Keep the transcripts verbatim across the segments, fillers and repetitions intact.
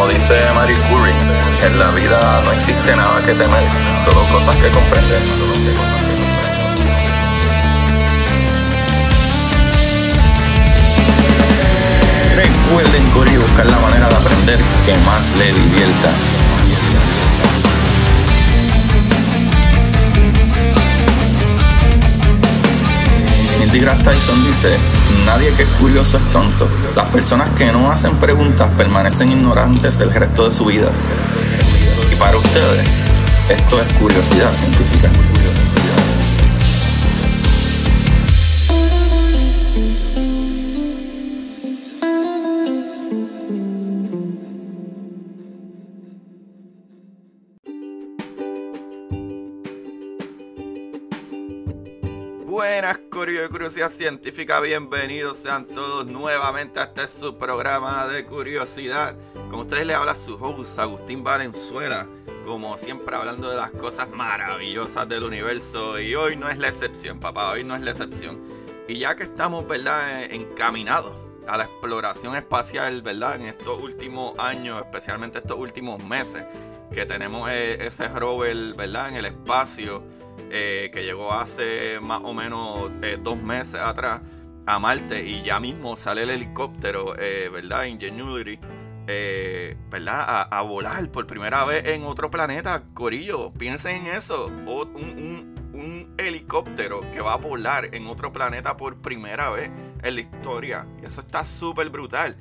Como dice Marie Curie, en la vida no existe nada que temer, solo cosas que comprender. Recuerden, corillo, buscar la manera de aprender que más le divierta. Neil deGrasse Tyson dice: nadie que es curioso es tonto. Las personas que no hacen preguntas permanecen ignorantes del resto de su vida. Y para ustedes, esto es curiosidad científica. Buenas, corillo de Curiosidad Científica, bienvenidos sean todos nuevamente a este su programa de curiosidad. Con ustedes les habla su host Agustín Valenzuela, como siempre hablando de las cosas maravillosas del universo, y hoy no es la excepción, papá, hoy no es la excepción. Y ya que estamos, ¿verdad?, encaminados a la exploración espacial, ¿verdad?, en estos últimos años, especialmente estos últimos meses, que tenemos eh, ese rover, ¿verdad?, en el espacio, Eh, que llegó hace más o menos eh, dos meses atrás a Marte, y ya mismo sale el helicóptero, eh, ¿verdad? Ingenuity, eh, ¿verdad? A, a volar por primera vez en otro planeta, corillo. Piensen en eso, o, un, un, un helicóptero que va a volar en otro planeta por primera vez en la historia. Y eso está súper brutal.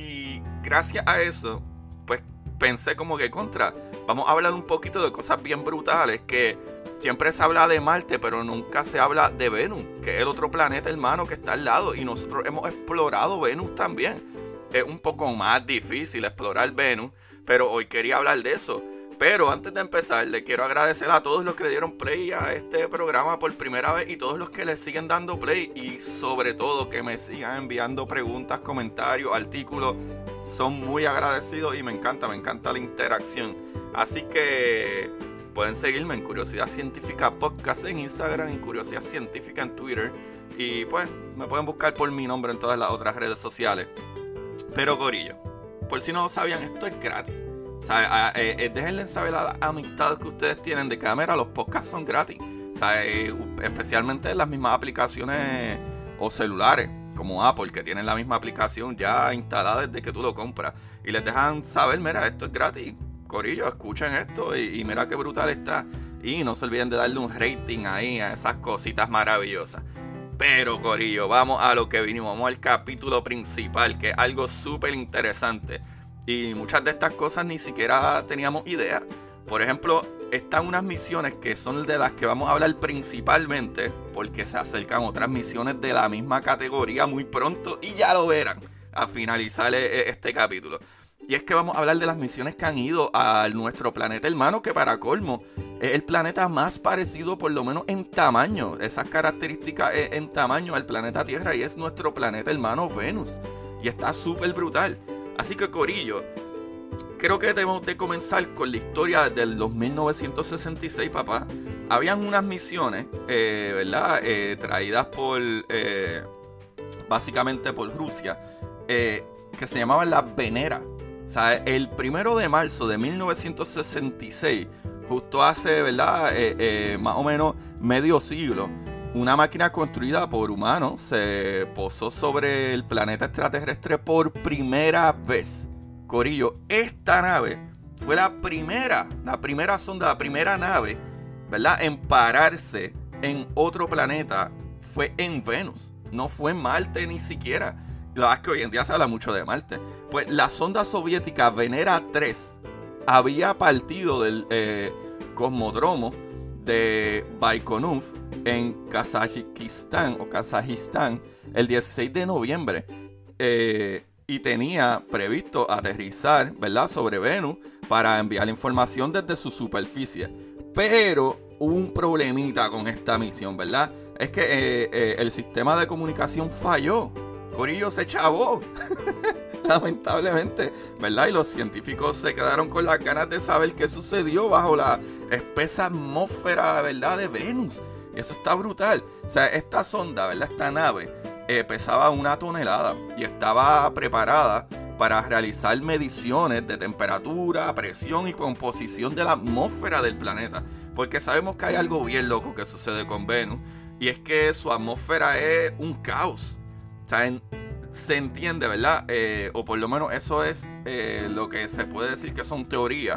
Y gracias a eso, pues pensé como que contra, vamos a hablar un poquito de cosas bien brutales que siempre se habla de Marte, pero nunca se habla de Venus, que es el otro planeta hermano que está al lado. Y nosotros hemos explorado Venus también. Es un poco más difícil explorar Venus, pero hoy quería hablar de eso. Pero antes de empezar, le quiero agradecer a todos los que le dieron play a este programa por primera vez y todos los que le siguen dando play. Y sobre todo que me sigan enviando preguntas, comentarios, artículos. Son muy agradecidos y me encanta, me encanta la interacción. Así que pueden seguirme en Curiosidad Científica Podcast en Instagram y Curiosidad Científica en Twitter. Y pues me pueden buscar por mi nombre en todas las otras redes sociales. Pero corillo, por si no lo sabían, esto es gratis. O sea, eh, eh, déjenle saber a las amistades que ustedes tienen de cámara, los podcasts son gratis. O sea, eh, especialmente en las mismas aplicaciones o celulares como Apple, que tienen la misma aplicación ya instalada desde que tú lo compras. Y les dejan saber, mira, esto es gratis. Corillo, escuchen esto y, y mira qué brutal está. Y no se olviden de darle un rating ahí a esas cositas maravillosas. Pero corillo, vamos a lo que vinimos. Vamos al capítulo principal, que es algo súper interesante. Y muchas de estas cosas ni siquiera teníamos idea. Por ejemplo, están unas misiones que son de las que vamos a hablar principalmente, porque se acercan otras misiones de la misma categoría muy pronto. Y ya lo verán a finalizar este capítulo. Y es que vamos a hablar de las misiones que han ido a nuestro planeta hermano, que para colmo es el planeta más parecido, por lo menos en tamaño, esas características en tamaño al planeta Tierra, y es nuestro planeta hermano Venus. Y está súper brutal. Así que corillo, creo que debemos de comenzar con la historia del mil novecientos sesenta y seis, papá. Habían unas misiones, eh, ¿verdad? Eh, traídas por, eh, básicamente por Rusia, eh, que se llamaban las Venera. O sea, el primero de marzo de mil novecientos sesenta y seis, justo hace, ¿verdad?, eh, eh, más o menos medio siglo, una máquina construida por humanos se posó sobre el planeta extraterrestre por primera vez. Corillo, esta nave fue la primera, la primera sonda, la primera nave, ¿verdad?, en pararse en otro planeta. Fue en Venus, no fue en Marte ni siquiera. La verdad es que hoy en día se habla mucho de Marte. Pues la sonda soviética Venera tres había partido del eh, cosmódromo de Baikonur en Kazajistán o Kazajistán el dieciséis de noviembre, eh, y tenía previsto aterrizar, ¿verdad?, sobre Venus para enviar información desde su superficie. Pero hubo un problemita con esta misión, ¿verdad? Es que eh, eh, el sistema de comunicación falló. Corillo, se chavó. Lamentablemente, ¿verdad? Y los científicos se quedaron con las ganas de saber qué sucedió bajo la espesa atmósfera, ¿verdad?, de Venus. Y eso está brutal. O sea, esta sonda, ¿verdad?, esta nave, eh, pesaba una tonelada y estaba preparada para realizar mediciones de temperatura, presión y composición de la atmósfera del planeta. Porque sabemos que hay algo bien loco que sucede con Venus, y es que su atmósfera es un caos. O sea, en, se entiende, ¿verdad? Eh, o por lo menos eso es eh, lo que se puede decir que son teorías.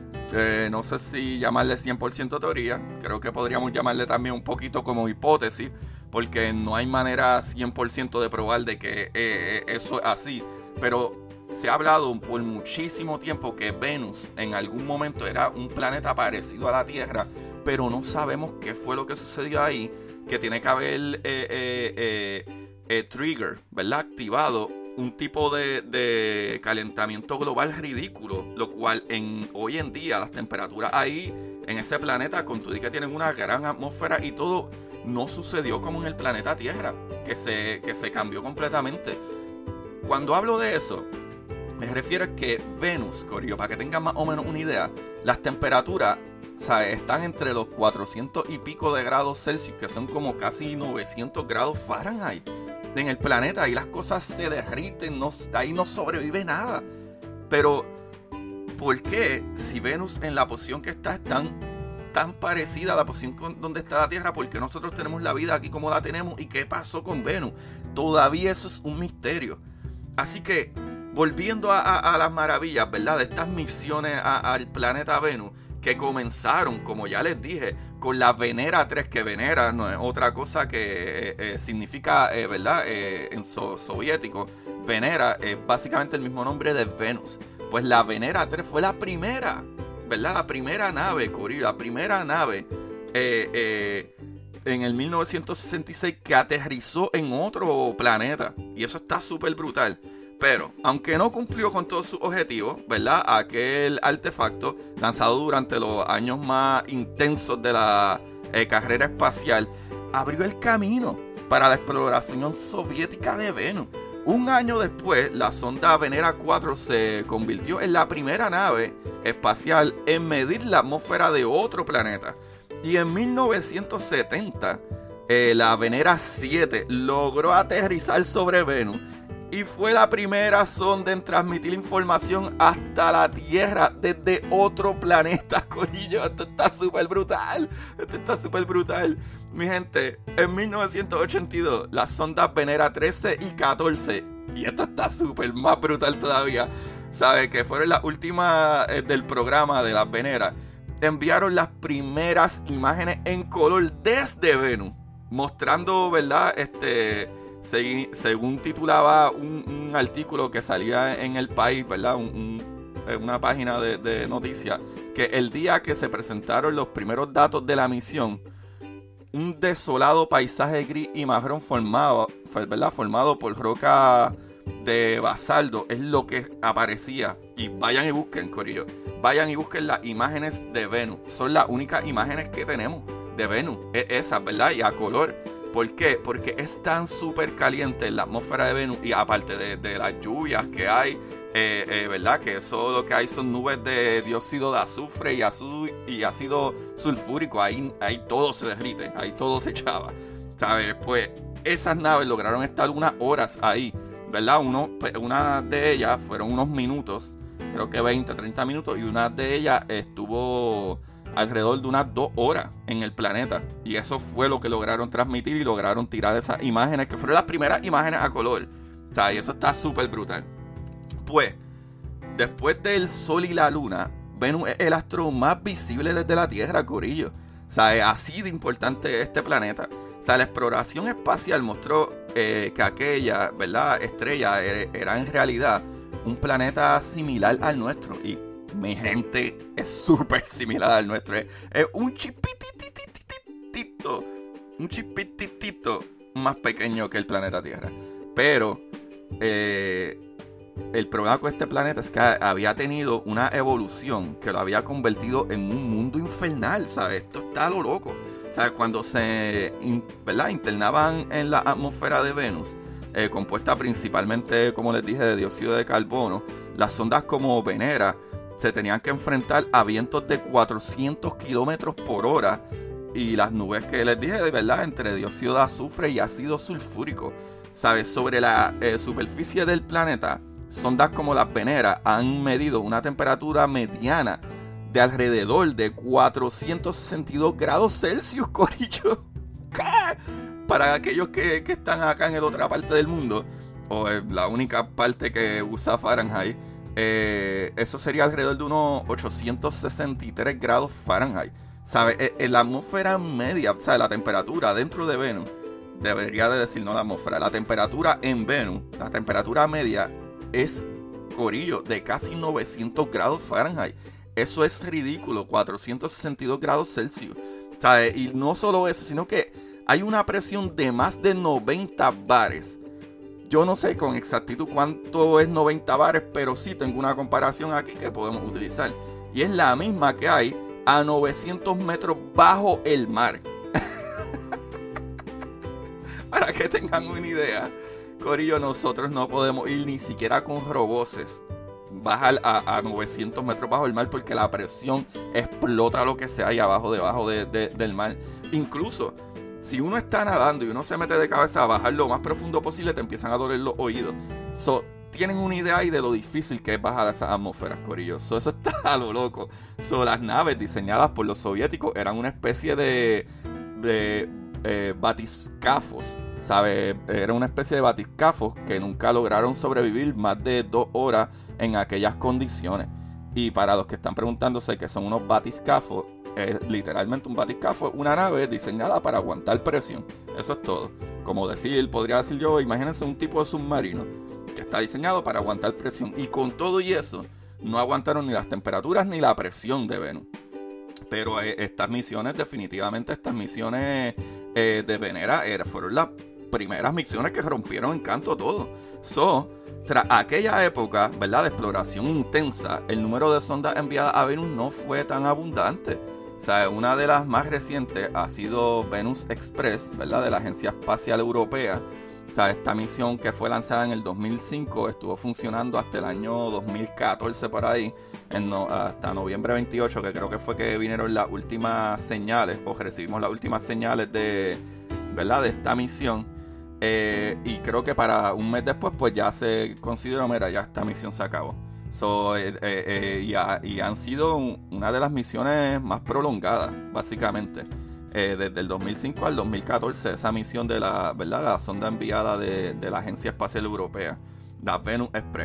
Eh, no sé si llamarle cien por ciento teoría, creo que podríamos llamarle también un poquito como hipótesis, porque no hay manera cien por ciento de probar de que eh, eso es así. Pero se ha hablado por muchísimo tiempo que Venus en algún momento era un planeta parecido a la Tierra, pero no sabemos qué fue lo que sucedió ahí, que tiene que haber eh, eh, eh, eh, trigger, ¿verdad? Activado un tipo de, de calentamiento global ridículo, lo cual en, hoy en día las temperaturas ahí en ese planeta, con todo y que tienen una gran atmósfera y todo, no sucedió como en el planeta Tierra, que se, que se cambió completamente. Cuando hablo de eso, me refiero a que Venus, Corillo, para que tengan más o menos una idea, las temperaturas, o sea, están entre los cuatrocientos y pico de grados Celsius, que son como casi novecientos grados Fahrenheit. En el planeta ahí las cosas se derriten, no, ahí no sobrevive nada. Pero, ¿por qué si Venus en la posición que está es tan, tan parecida a la posición con, donde está la Tierra? ¿Por qué nosotros tenemos la vida aquí como la tenemos? ¿Y qué pasó con Venus? Todavía eso es un misterio. Así que, volviendo a, a, a las maravillas, ¿verdad? De estas misiones a, al planeta Venus, que comenzaron, como ya les dije, con la Venera tres, que Venera no es otra cosa que eh, eh, significa, eh, ¿verdad? Eh, en so- soviético, Venera es básicamente el mismo nombre de Venus. Pues la Venera tres fue la primera, ¿verdad? La primera nave, Corillo, la primera nave eh, eh, en el mil novecientos sesenta y seis que aterrizó en otro planeta. Y eso está súper brutal. Pero, aunque no cumplió con todos sus objetivos, ¿verdad? Aquel artefacto, lanzado durante los años más intensos de la eh, carrera espacial, abrió el camino para la exploración soviética de Venus. Un año después, la sonda Venera cuatro se convirtió en la primera nave espacial en medir la atmósfera de otro planeta. Y en mil novecientos setenta, eh, la Venera siete logró aterrizar sobre Venus. Y fue la primera sonda en transmitir información hasta la Tierra desde otro planeta, corillo. Esto está súper brutal. Esto está súper brutal. Mi gente, en mil novecientos ochenta y dos, las sondas Venera trece y catorce, y esto está súper más brutal todavía, ¿sabes? Que fueron las últimas eh, del programa de las Veneras, enviaron las primeras imágenes en color desde Venus, mostrando, ¿verdad? Este... Según titulaba un, un artículo que salía en El País, ¿verdad? Un, un, una página de, de noticias, que el día que se presentaron los primeros datos de la misión, un desolado paisaje gris y marrón formado, ¿verdad? Formado por roca de basalto es lo que aparecía. Y vayan y busquen, corillo, vayan y busquen las imágenes de Venus. Son las únicas imágenes que tenemos de Venus, es esas, ¿verdad? Y a color. ¿Por qué? Porque es tan súper caliente la atmósfera de Venus, y aparte de, de las lluvias que hay, eh, eh, ¿verdad? Que eso lo que hay son nubes de dióxido de azufre y, azul, y ácido sulfúrico. Ahí, ahí todo se derrite, ahí todo se echaba, ¿sabes? Pues esas naves lograron estar unas horas ahí, ¿verdad? Uno, una de ellas fueron unos minutos, creo que veinte, treinta minutos, y una de ellas estuvo alrededor de unas dos horas en el planeta. Y eso fue lo que lograron transmitir y lograron tirar esas imágenes, que fueron las primeras imágenes a color. O sea, y eso está súper brutal. Pues, después del Sol y la Luna, Venus es el astro más visible desde la Tierra, corillo. O sea, es así de importante este planeta. O sea, la exploración espacial mostró eh, que aquella, ¿verdad?, estrella era en realidad un planeta similar al nuestro. Y mi gente, es súper similar al nuestro. Es, es un chipititititito, un chipititito más pequeño que el planeta Tierra. Pero eh, el problema con este planeta es que había tenido una evolución que lo había convertido en un mundo infernal, ¿sabes? Esto está lo loco. ¿Sabes? Cuando se, ¿verdad?, internaban en la atmósfera de Venus, eh, compuesta principalmente, como les dije, de dióxido de carbono, las sondas como Venera se tenían que enfrentar a vientos de cuatrocientos kilómetros por hora, y las nubes que les dije, de verdad, entre dióxido de azufre y ácido sulfúrico, ¿sabes? Sobre la eh, superficie del planeta sondas como las Venera han medido una temperatura mediana de alrededor de cuatrocientos sesenta y dos grados Celsius, corillo. ¿Qué? Para aquellos que, que están acá en la otra parte del mundo, o la única parte que usa Fahrenheit, eh, eso sería alrededor de unos ochocientos sesenta y tres grados Fahrenheit. ¿Sabes? En la atmósfera media, o sea, la temperatura dentro de Venus, debería de decir no la atmósfera, la temperatura en Venus, la temperatura media es, corillo, de casi novecientos grados Fahrenheit. Eso es ridículo, cuatrocientos sesenta y dos grados Celsius. ¿Sabes? Y no solo eso, sino que hay una presión de más de noventa bares. Yo no sé con exactitud cuánto es noventa bares, pero sí tengo una comparación aquí que podemos utilizar. Y es la misma que hay a novecientos metros bajo el mar. Para que tengan una idea, corillo, nosotros no podemos ir ni siquiera con roboces bajar a, a novecientos metros bajo el mar, porque la presión explota lo que sea ahí abajo, debajo de, de, del mar. Incluso si uno está nadando y uno se mete de cabeza a bajar lo más profundo posible, te empiezan a doler los oídos. So, tienen una idea ahí de lo difícil que es bajar a esas atmósferas, corillo. So, eso está a lo loco. So, las naves diseñadas por los soviéticos eran una especie de, de eh, batiscafos, ¿sabes? Era una especie de batiscafos que nunca lograron sobrevivir más de dos horas en aquellas condiciones. Y para los que están preguntándose qué son unos batiscafos, es literalmente un batiscafo, una nave diseñada para aguantar presión. Eso es todo. Como decir, podría decir yo, imagínense un tipo de submarino que está diseñado para aguantar presión. Y con todo y eso, no aguantaron ni las temperaturas ni la presión de Venus. Pero eh, estas misiones, definitivamente estas misiones eh, de Venera eh, fueron las primeras misiones que rompieron en canto todo. So, tras aquella época, ¿verdad?, de exploración intensa, el número de sondas enviadas a Venus no fue tan abundante. O sea, una de las más recientes ha sido Venus Express, ¿verdad?, de la Agencia Espacial Europea. O sea, esta misión que fue lanzada en el dos mil cinco estuvo funcionando hasta el año dos mil catorce por ahí, en no, hasta noviembre veintiocho, que creo que fue que vinieron las últimas señales, o recibimos las últimas señales de, ¿verdad?, de esta misión. Eh, y creo que para un mes después pues ya se consideró, mira, ya esta misión se acabó. So, eh, eh, y, ha, y han sido un, una de las misiones más prolongadas, básicamente. Eh, desde el dos mil cinco al dos mil catorce, esa misión de la, ¿verdad?, la sonda enviada de, de la Agencia Espacial Europea, la Venus Express.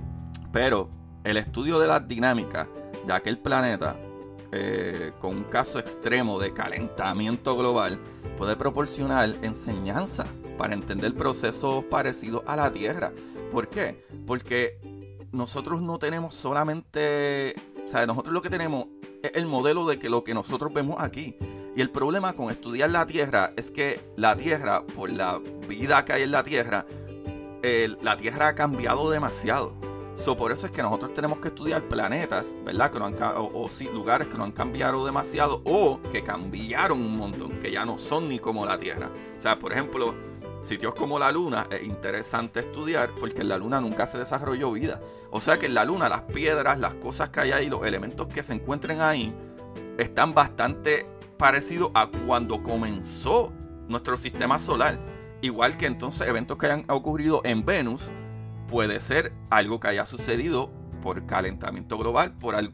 Pero el estudio de las dinámicas de aquel planeta, eh, con un caso extremo de calentamiento global, puede proporcionar enseñanza para entender procesos parecidos a la Tierra. ¿Por qué? Porque nosotros no tenemos solamente, o sea, nosotros lo que tenemos es el modelo de que lo que nosotros vemos aquí. Y el problema con estudiar la Tierra es que la Tierra, por la vida que hay en la Tierra, eh, la Tierra ha cambiado demasiado. So, por eso es que nosotros tenemos que estudiar planetas, ¿verdad?, que no han, o, o sí, lugares que no han cambiado demasiado o que cambiaron un montón, que ya no son ni como la Tierra. O sea, por ejemplo, sitios como la Luna es interesante estudiar porque en la Luna nunca se desarrolló vida. O sea que en la Luna las piedras, las cosas que hay ahí, los elementos que se encuentren ahí están bastante parecidos a cuando comenzó nuestro sistema solar. Igual que entonces eventos que hayan ocurrido en Venus puede ser algo que haya sucedido por calentamiento global, por algo.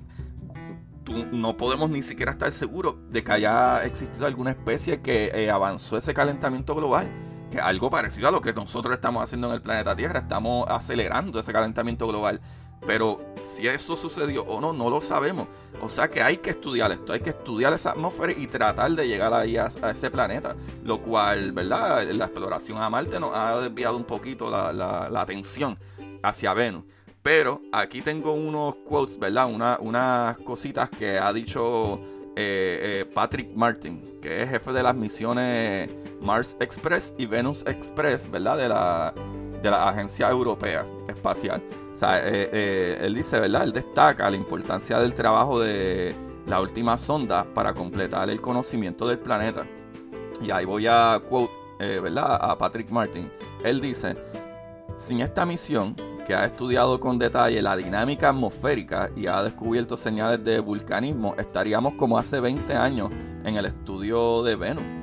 Tú, no podemos ni siquiera estar seguros de que haya existido alguna especie que eh, avanzó ese calentamiento global, que es algo parecido a lo que nosotros estamos haciendo en el planeta Tierra. Estamos acelerando ese calentamiento global, pero si eso sucedió o no, no lo sabemos. O sea que hay que estudiar esto, hay que estudiar esa atmósfera y tratar de llegar ahí a, a ese planeta, lo cual, ¿verdad?, la exploración a Marte nos ha desviado un poquito la, la, la atención hacia Venus. Pero aquí tengo unos quotes, ¿verdad?, Una, unas cositas que ha dicho eh, eh, Patrick Martin, que es jefe de las misiones Mars Express y Venus Express, ¿verdad?, de la, de la Agencia Europea Espacial. O sea, eh, eh, él dice, ¿verdad?, él destaca la importancia del trabajo de la última sonda para completar el conocimiento del planeta. Y ahí voy a quote, eh, ¿verdad?, a Patrick Martin. Él dice: sin esta misión, que ha estudiado con detalle la dinámica atmosférica y ha descubierto señales de vulcanismo, estaríamos como hace veinte años en el estudio de Venus.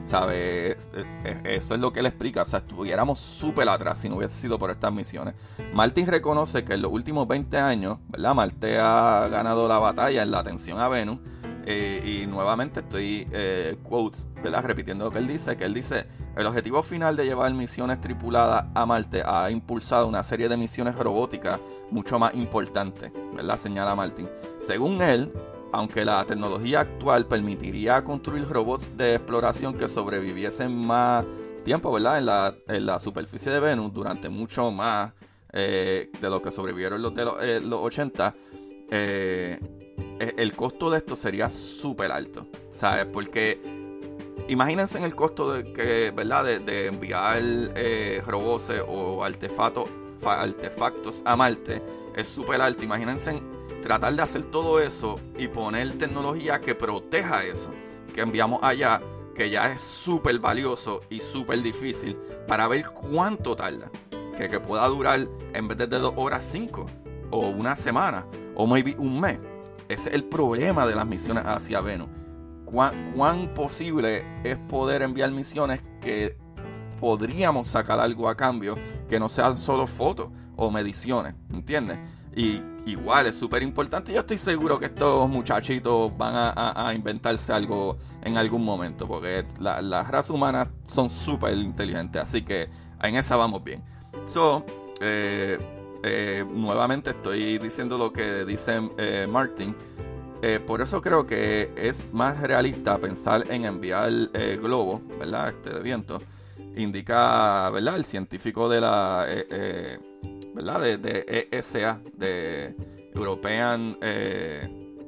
¿sabes? Eso es lo que él explica. O sea, estuviéramos súper atrás si no hubiese sido por estas misiones. Martin reconoce que en los últimos veinte años, ¿verdad? Marte ha ganado la batalla en la atención a Venus. Eh, y nuevamente estoy, eh, quotes, ¿verdad? Repitiendo lo que él dice, que él dice, el objetivo final de llevar misiones tripuladas a Marte ha impulsado una serie de misiones robóticas mucho más importantes, ¿verdad? Señala Martin. Según él, aunque la tecnología actual permitiría construir robots de exploración que sobreviviesen más tiempo, ¿verdad? En la, en la superficie de Venus, durante mucho más eh, de lo que sobrevivieron los de los, eh, los ochenta, eh, el costo de esto sería súper alto, ¿sabes? Porque imagínense en el costo de, que, ¿verdad? de, de enviar eh, robots o artefactos, artefactos a Marte. Es súper alto. Imagínense en tratar de hacer todo eso y poner tecnología que proteja eso que enviamos allá, que ya es súper valioso y súper difícil, para ver cuánto tarda. Que, que pueda durar, en vez de dos horas, cinco, o una semana, o maybe un mes. Ese es el problema de las misiones hacia Venus. ¿Cuán, cuán posible es poder enviar misiones que podríamos sacar algo a cambio, que no sean solo fotos o mediciones, ¿entiendes? Y igual es súper importante. Yo estoy seguro que estos muchachitos van a, a, a inventarse algo en algún momento, porque la, las razas humanas son súper inteligentes, así que en esa vamos bien. So, eh, Eh, nuevamente estoy diciendo lo que dice eh, Martin. Eh, por eso creo que es más realista pensar en enviar eh, globos, ¿verdad? Este de viento. Indica, ¿verdad? El científico de la, eh, eh, ¿verdad? De, de E S A, de European, eh,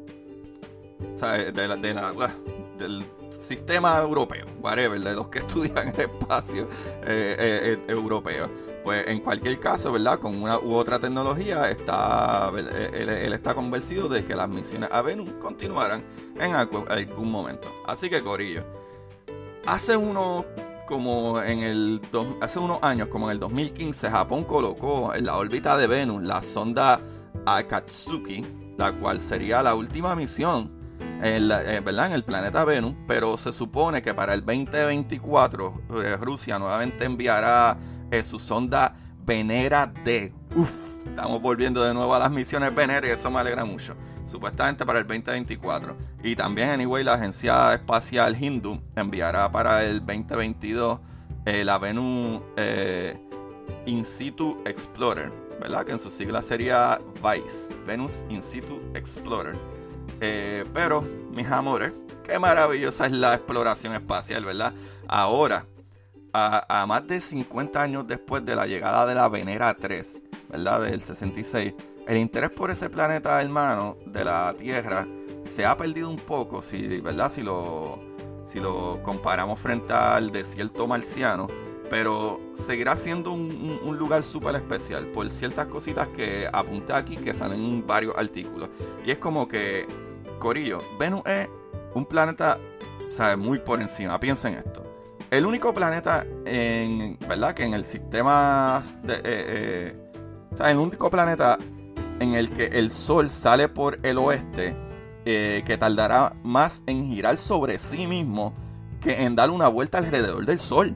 o sea, de la, de la, del sistema europeo, whatever, de los que estudian el espacio eh, eh, eh, europeo. Pues en cualquier caso, ¿verdad? Con una u otra tecnología, está, él, él está convencido de que las misiones a Venus continuarán en algún momento. Así que, corillo, hace unos, como en el dos, hace unos años, como en el dos mil quince, Japón colocó en la órbita de Venus la sonda Akatsuki, la cual sería la última misión en, la, eh, ¿verdad? en el planeta Venus. Pero se supone que para el veinte veinticuatro eh, Rusia nuevamente enviará eh, su sonda Venera D. Uf, estamos volviendo de nuevo a las misiones Venera y eso me alegra mucho. Supuestamente para el veinte veinticuatro. Y también, anyway, la agencia espacial Hindu enviará para el veinte veintidós eh, la Venus eh, In Situ Explorer, ¿verdad? Que en su sigla sería VICE, Venus In Situ Explorer. Eh, pero, mis amores, qué maravillosa es la exploración espacial, ¿verdad? Ahora, a, a más de cincuenta años después de la llegada de la Venera tres, ¿verdad? Del sesenta y seis, el interés por ese planeta hermano de la Tierra se ha perdido un poco, si, ¿verdad? Si lo, si lo comparamos frente al desierto marciano, pero seguirá siendo un, un, un lugar súper especial por ciertas cositas que apunté aquí que salen en varios artículos. Y es como que, corillo, Venus es un planeta, ¿sabes? Muy por encima. Piensen esto. El único planeta en, ¿verdad? Que en el sistema, de, eh, eh, o sea, el único planeta en el que el Sol sale por el oeste, eh, que tardará más en girar sobre sí mismo que en dar una vuelta alrededor del Sol.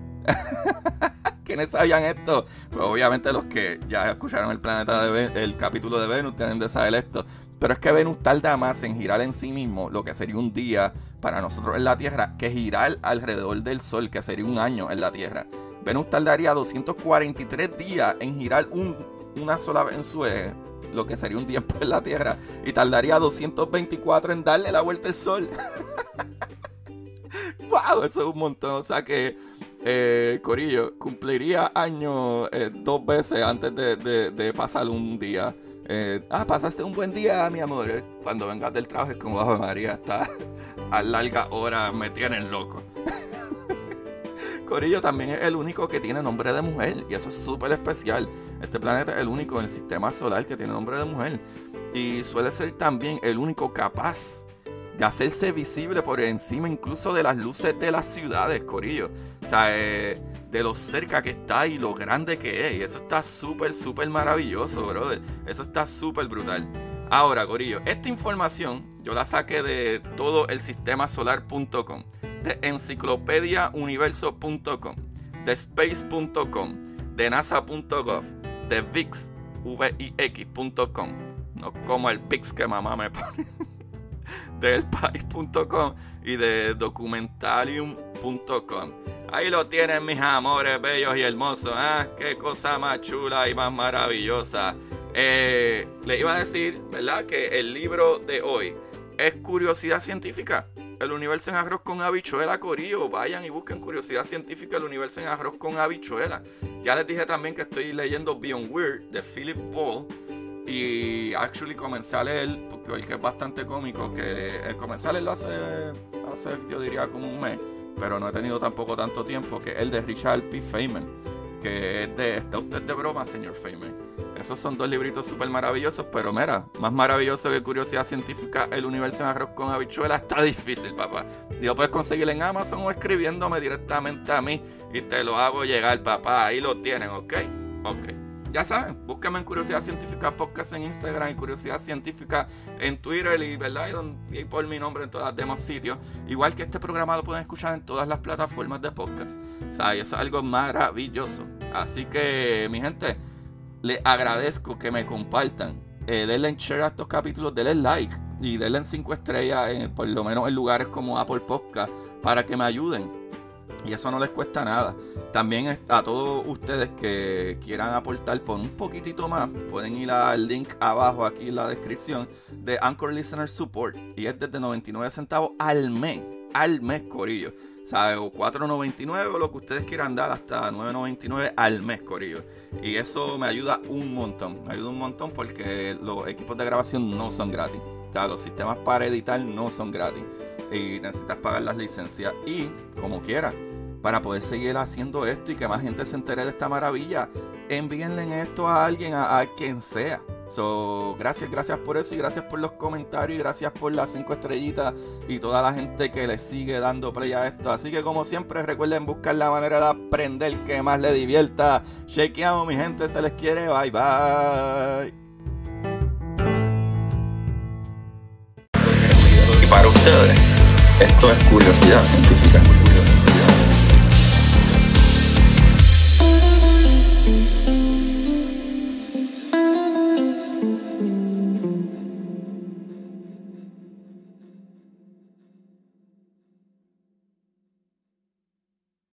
¿Quiénes sabían esto? Pues obviamente los que ya escucharon el planeta de Ven- el capítulo de Venus tienen de saber esto. Pero es que Venus tarda más en girar en sí mismo, lo que sería un día para nosotros en la Tierra, que girar alrededor del Sol, que sería un año en la Tierra. Venus tardaría doscientos cuarenta y tres días en girar un, una sola vez en su eje, lo que sería un tiempo en la Tierra, y tardaría doscientos veinticuatro en darle la vuelta al Sol. ¡Wow! Eso es un montón. O sea que, eh, corillo, cumpliría años eh, dos veces antes de, de, de pasar un día. Eh, ah, pasaste un buen día, mi amor. Eh, cuando vengas del trabajo es como, Ave María, está a larga hora, me tienen loco. Corillo también es el único que tiene nombre de mujer, y eso es súper especial. Este planeta es el único en el sistema solar que tiene nombre de mujer, y suele ser también el único capaz de hacerse visible por encima incluso de las luces de las ciudades, corillo. O sea, eh, de lo cerca que está y lo grande que es. Y eso está súper, súper maravilloso, brother. Eso está súper brutal. Ahora, corillo, esta información yo la saqué de todo el sistema solar punto com. de enciclopedia universo punto com, de space punto com, de nasa punto gov, de vix punto com, no como el Vix que mamá me pone, de el país punto com y de documentarium punto com. Ahí lo tienen, mis amores bellos y hermosos. ¿eh? Qué cosa más chula y más maravillosa. Eh, le iba a decir, ¿verdad?, que el libro de hoy es Curiosidad Científica, el universo en arroz con habichuela, corillo. Vayan y busquen Curiosidad Científica, el universo en arroz con habichuela. Ya les dije también que estoy leyendo Beyond Weird de Philip Paul. Y actually comencé a leer, porque el que es bastante cómico, que eh, comencé a leerlo hace, hace, yo diría, como un mes, pero no he tenido tampoco tanto tiempo, que es el de Richard P. Feynman, que es de ¿Está usted de broma, señor Feynman? Esos son dos libritos súper maravillosos, pero mira, más maravilloso que Curiosidad Científica, el universo en arroz con habichuela, está difícil, papá. Y lo puedes conseguir en Amazon o escribiéndome directamente a mí y te lo hago llegar, papá. Ahí lo tienen, ¿ok? Ok. Ya saben, búsquenme en Curiosidad Científica Podcast en Instagram y Curiosidad Científica en Twitter y, ¿verdad? y, y por mi nombre en todos los demás sitios. Igual que este programa lo pueden escuchar en todas las plataformas de podcast. O sea, y eso es algo maravilloso. Así que, mi gente, les agradezco que me compartan. Eh, denle en share a estos capítulos, denle like y denle en cinco estrellas, en, por lo menos en lugares como Apple Podcast, para que me ayuden. Y eso no les cuesta nada. También a todos ustedes que quieran aportar por un poquitito más, pueden ir al link abajo aquí en la descripción de Anchor Listener Support. Y es desde noventa y nueve centavos al mes. Al mes, corillo. ¿Sabe? O cuatro noventa y nueve o lo que ustedes quieran dar, hasta nueve noventa y nueve al mes, corillo. Y eso me ayuda un montón. Me ayuda un montón porque los equipos de grabación no son gratis. O sea, los sistemas para editar no son gratis. Y necesitas pagar las licencias. Y, como quieras, para poder seguir haciendo esto y que más gente se entere de esta maravilla, envíenle esto a alguien, a, a quien sea. So, gracias, gracias por eso y gracias por los comentarios y gracias por las cinco estrellitas y toda la gente que le sigue dando play a esto. Así que, como siempre, recuerden buscar la manera de aprender que más les divierta. Chequeamos, mi gente, se les quiere. Bye, bye. Y para ustedes, esto es Curiosidad Científica.